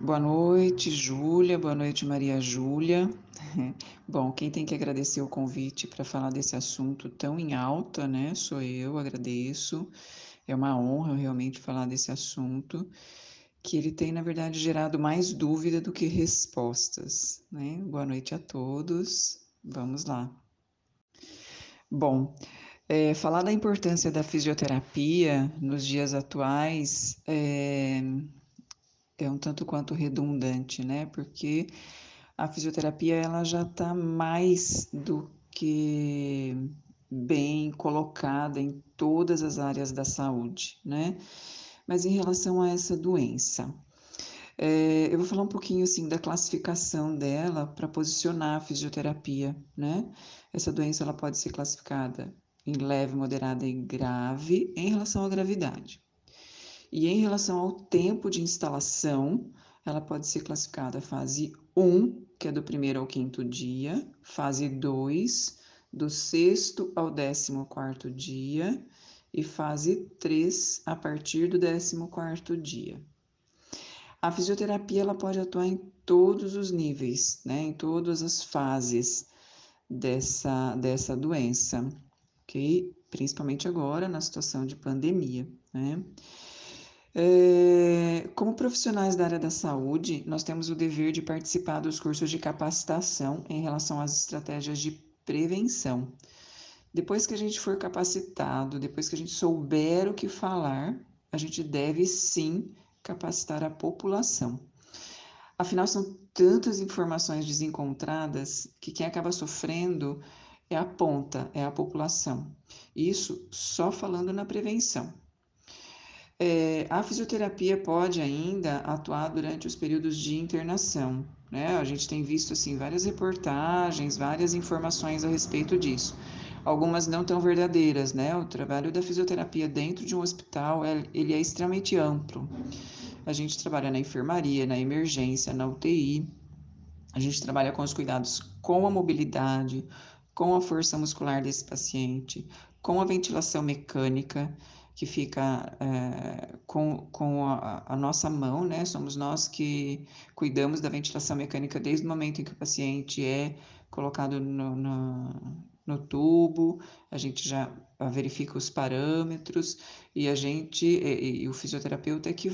Boa noite, Júlia. Boa noite, Maria Júlia. Bom, quem tem que agradecer o convite para falar desse assunto tão em alta, né? Sou eu, agradeço. É uma honra realmente falar desse assunto, que ele tem, na verdade, gerado mais dúvida do que respostas, né? Boa noite a todos. Vamos lá. Bom, falar da importância da fisioterapia nos dias atuais é um tanto quanto redundante, né? Porque a fisioterapia ela já está mais do que bem colocada em todas as áreas da saúde, né? Mas em relação a essa doença, eu vou falar um pouquinho assim da classificação dela para posicionar a fisioterapia, né? Essa doença ela pode ser classificada em leve, moderada e grave em relação à gravidade. E em relação ao tempo de instalação, ela pode ser classificada fase 1, que é do primeiro ao quinto dia, fase 2, do sexto ao 14º dia, e fase 3, a partir do 14º dia. A fisioterapia ela pode atuar em todos os níveis, né, em todas as fases dessa doença, ok? Principalmente agora na situação de pandemia, né? Como profissionais da área da saúde, nós temos o dever de participar dos cursos de capacitação em relação às estratégias de prevenção. Depois que a gente for capacitado, depois que a gente souber o que falar, a gente deve sim capacitar a população. Afinal, são tantas informações desencontradas que quem acaba sofrendo é a ponta, é a população. Isso só falando na prevenção. A fisioterapia pode ainda atuar durante os períodos de internação, né? A gente tem visto assim várias reportagens, várias informações a respeito disso. Algumas não tão verdadeiras, né? O trabalho da fisioterapia dentro de um hospital, ele é extremamente amplo. A gente trabalha na enfermaria, na emergência, na UTI. A gente trabalha com os cuidados com a mobilidade, com a força muscular desse paciente, com a ventilação mecânica, que fica com a nossa mão, né? Somos nós que cuidamos da ventilação mecânica desde o momento em que o paciente é colocado no tubo, a gente já verifica os parâmetros e e o fisioterapeuta é que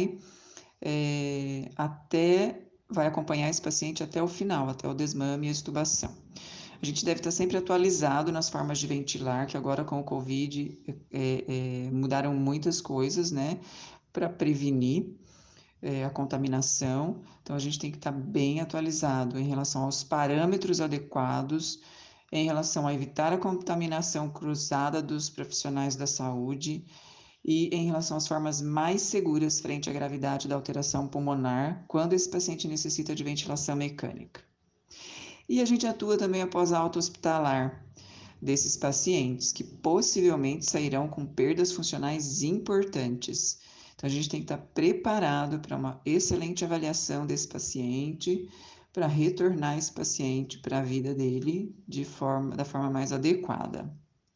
vai acompanhar esse paciente até o final, até o desmame e a extubação. A gente deve estar sempre atualizado nas formas de ventilar, que agora com o Covid mudaram muitas coisas, né, para prevenir a contaminação. Então a gente tem que estar bem atualizado em relação aos parâmetros adequados, em relação a evitar a contaminação cruzada dos profissionais da saúde e em relação às formas mais seguras frente à gravidade da alteração pulmonar, quando esse paciente necessita de ventilação mecânica. E a gente atua também após a alta hospitalar desses pacientes, que possivelmente sairão com perdas funcionais importantes. Então, a gente tem que estar preparado para uma excelente avaliação desse paciente, para retornar esse paciente para a vida dele da forma mais adequada.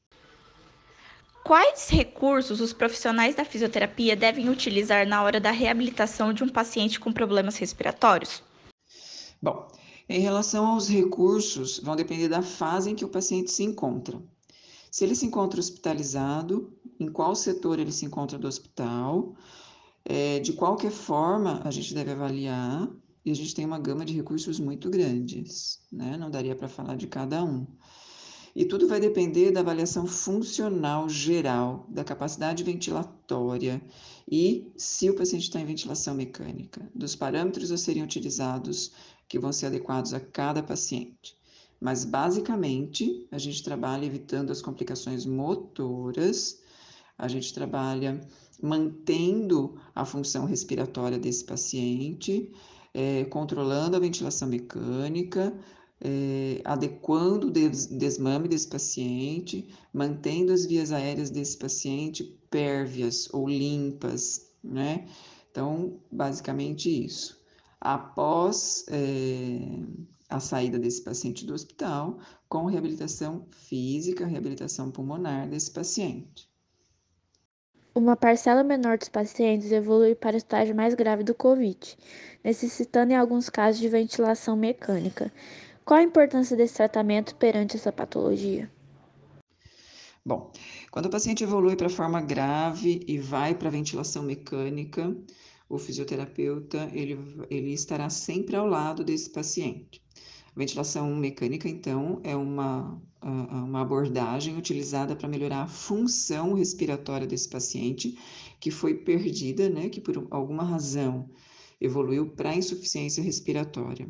Quais recursos os profissionais da fisioterapia devem utilizar na hora da reabilitação de um paciente com problemas respiratórios? Bom, em relação aos recursos, vão depender da fase em que o paciente se encontra. Se ele se encontra hospitalizado, em qual setor ele se encontra do hospital, de qualquer forma, a gente deve avaliar e a gente tem uma gama de recursos muito grandes, né? Não daria para falar de cada um. E tudo vai depender da avaliação funcional geral, da capacidade ventilatória e se o paciente está em ventilação mecânica, dos parâmetros a serem utilizados que vão ser adequados a cada paciente. Mas, basicamente, a gente trabalha evitando as complicações motoras, a gente trabalha mantendo a função respiratória desse paciente, controlando a ventilação mecânica, adequando o desmame desse paciente, mantendo as vias aéreas desse paciente pérvias ou limpas, né? Então, basicamente isso. Após a saída desse paciente do hospital, com reabilitação física, reabilitação pulmonar desse paciente. Uma parcela menor dos pacientes evolui para o estágio mais grave do COVID, necessitando em alguns casos de ventilação mecânica. Qual a importância desse tratamento perante essa patologia? Bom, quando o paciente evolui para forma grave e vai para a ventilação mecânica, o fisioterapeuta ele estará sempre ao lado desse paciente. A ventilação mecânica, então, é uma abordagem utilizada para melhorar a função respiratória desse paciente que foi perdida, né, que por alguma razão evoluiu para insuficiência respiratória.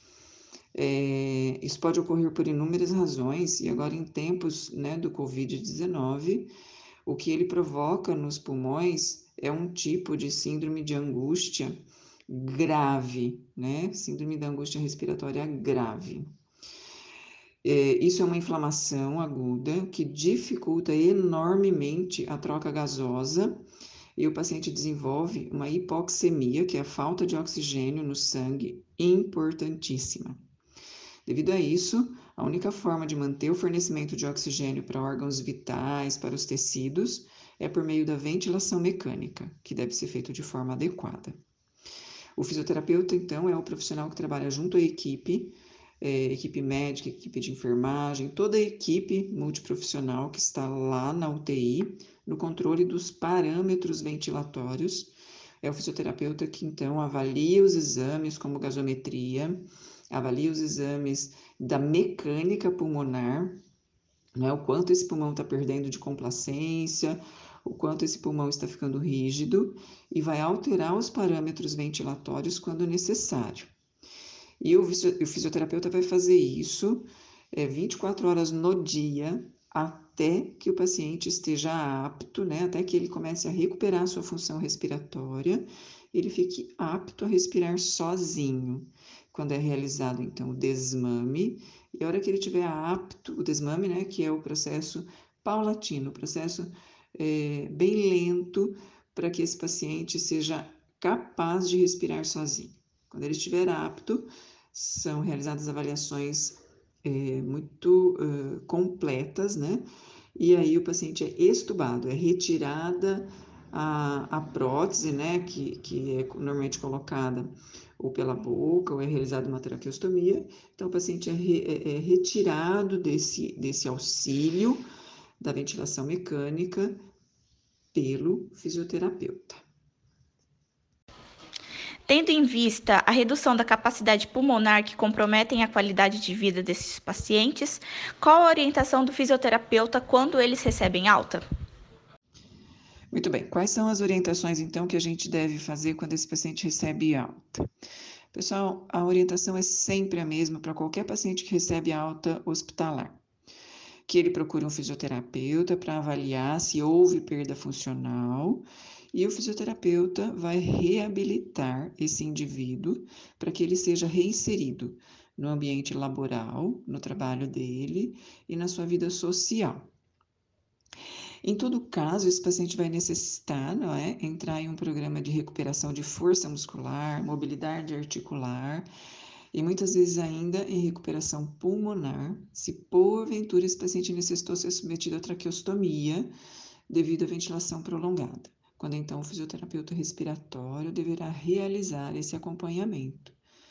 Isso pode ocorrer por inúmeras razões, e agora em tempos, né, do Covid-19, o que ele provoca nos pulmões é um tipo de síndrome de angústia grave, né? Síndrome da angústia respiratória grave. Isso é uma inflamação aguda que dificulta enormemente a troca gasosa e o paciente desenvolve uma hipoxemia, que é a falta de oxigênio no sangue, importantíssima. Devido a isso, a única forma de manter o fornecimento de oxigênio para órgãos vitais, para os tecidos, é por meio da ventilação mecânica, que deve ser feito de forma adequada. O fisioterapeuta, então, é o profissional que trabalha junto à equipe, equipe médica, equipe de enfermagem, toda a equipe multiprofissional que está lá na UTI, no controle dos parâmetros ventilatórios. É o fisioterapeuta que, então, avalia os exames como gasometria, avalia os exames da mecânica pulmonar, né, o quanto esse pulmão está perdendo de complacência, o quanto esse pulmão está ficando rígido, e vai alterar os parâmetros ventilatórios quando necessário. E o fisioterapeuta vai fazer isso 24 horas no dia, até que o paciente esteja apto, né, até que ele comece a recuperar a sua função respiratória, ele fique apto a respirar sozinho. Quando é realizado, então, o desmame, e a hora que ele estiver apto, o desmame, né, que é o processo paulatino, o processo bem lento, para que esse paciente seja capaz de respirar sozinho. Quando ele estiver apto, são realizadas avaliações muito completas, né? E aí o paciente é extubado, é retirada a prótese, né? Que é normalmente colocada ou pela boca, ou é realizada uma traqueostomia. Então, o paciente é retirado desse auxílio da ventilação mecânica pelo fisioterapeuta. Tendo em vista a redução da capacidade pulmonar que comprometem a qualidade de vida desses pacientes, qual a orientação do fisioterapeuta quando eles recebem alta? Muito bem, quais são as orientações então que a gente deve fazer quando esse paciente recebe alta? Pessoal, a orientação é sempre a mesma para qualquer paciente que recebe alta hospitalar. Que ele procure um fisioterapeuta para avaliar se houve perda funcional e o fisioterapeuta vai reabilitar esse indivíduo para que ele seja reinserido no ambiente laboral, no trabalho dele e na sua vida social. Em todo caso, esse paciente vai necessitar, não é, entrar em um programa de recuperação de força muscular, mobilidade articular e muitas vezes ainda em recuperação pulmonar, se porventura esse paciente necessitou ser submetido a traqueostomia devido à ventilação prolongada, quando então o fisioterapeuta respiratório deverá realizar esse acompanhamento.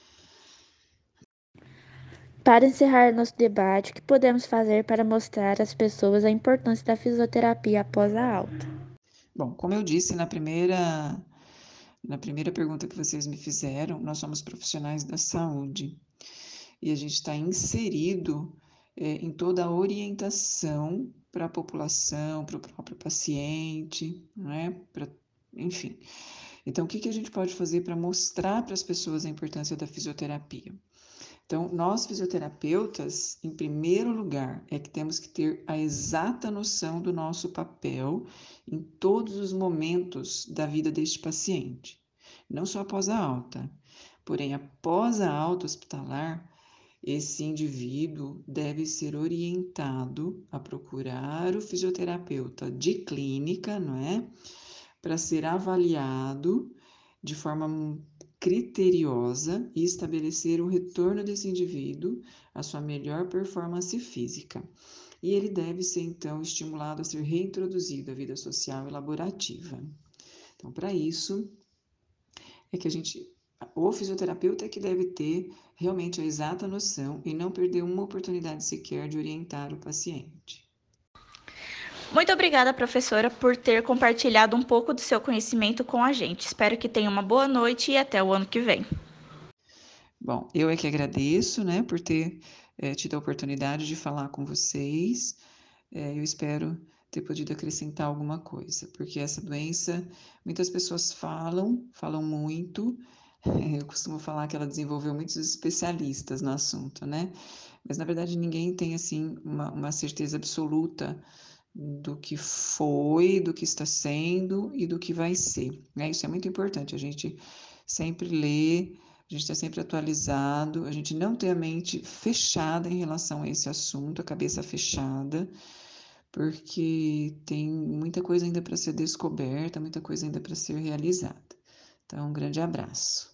Para encerrar nosso debate, o que podemos fazer para mostrar às pessoas a importância da fisioterapia após a alta? Bom, como eu disse na primeira pergunta que vocês me fizeram, nós somos profissionais da saúde e a gente está inserido em toda a orientação para a população, para o próprio paciente, né? Enfim. Então, o que a gente pode fazer para mostrar para as pessoas a importância da fisioterapia? Então, nós fisioterapeutas, em primeiro lugar, é que temos que ter a exata noção do nosso papel em todos os momentos da vida deste paciente, não só após a alta. Porém, após a alta hospitalar, esse indivíduo deve ser orientado a procurar o fisioterapeuta de clínica, não é? Para ser avaliado de forma criteriosa e estabelecer o retorno desse indivíduo à sua melhor performance física. e ele deve ser, então, estimulado a ser reintroduzido à vida social e laborativa. Então, para isso, o fisioterapeuta é que deve ter realmente a exata noção e não perder uma oportunidade sequer de orientar o paciente. Muito obrigada, professora, por ter compartilhado um pouco do seu conhecimento com a gente. Espero que tenha uma boa noite e até o ano que vem. Bom, eu é que agradeço, né, por ter tido a oportunidade de falar com vocês. Eu espero ter podido acrescentar alguma coisa, porque essa doença, muitas pessoas falam muito. Eu costumo falar que ela desenvolveu muitos especialistas no assunto, né? Mas na verdade ninguém tem assim uma certeza absoluta do que foi, do que está sendo e do que vai ser, né? Isso é muito importante, a gente sempre lê, a gente está sempre atualizado, a gente não ter a mente fechada em relação a esse assunto, a cabeça fechada, porque tem muita coisa ainda para ser descoberta, muita coisa ainda para ser realizada. Então, um grande abraço.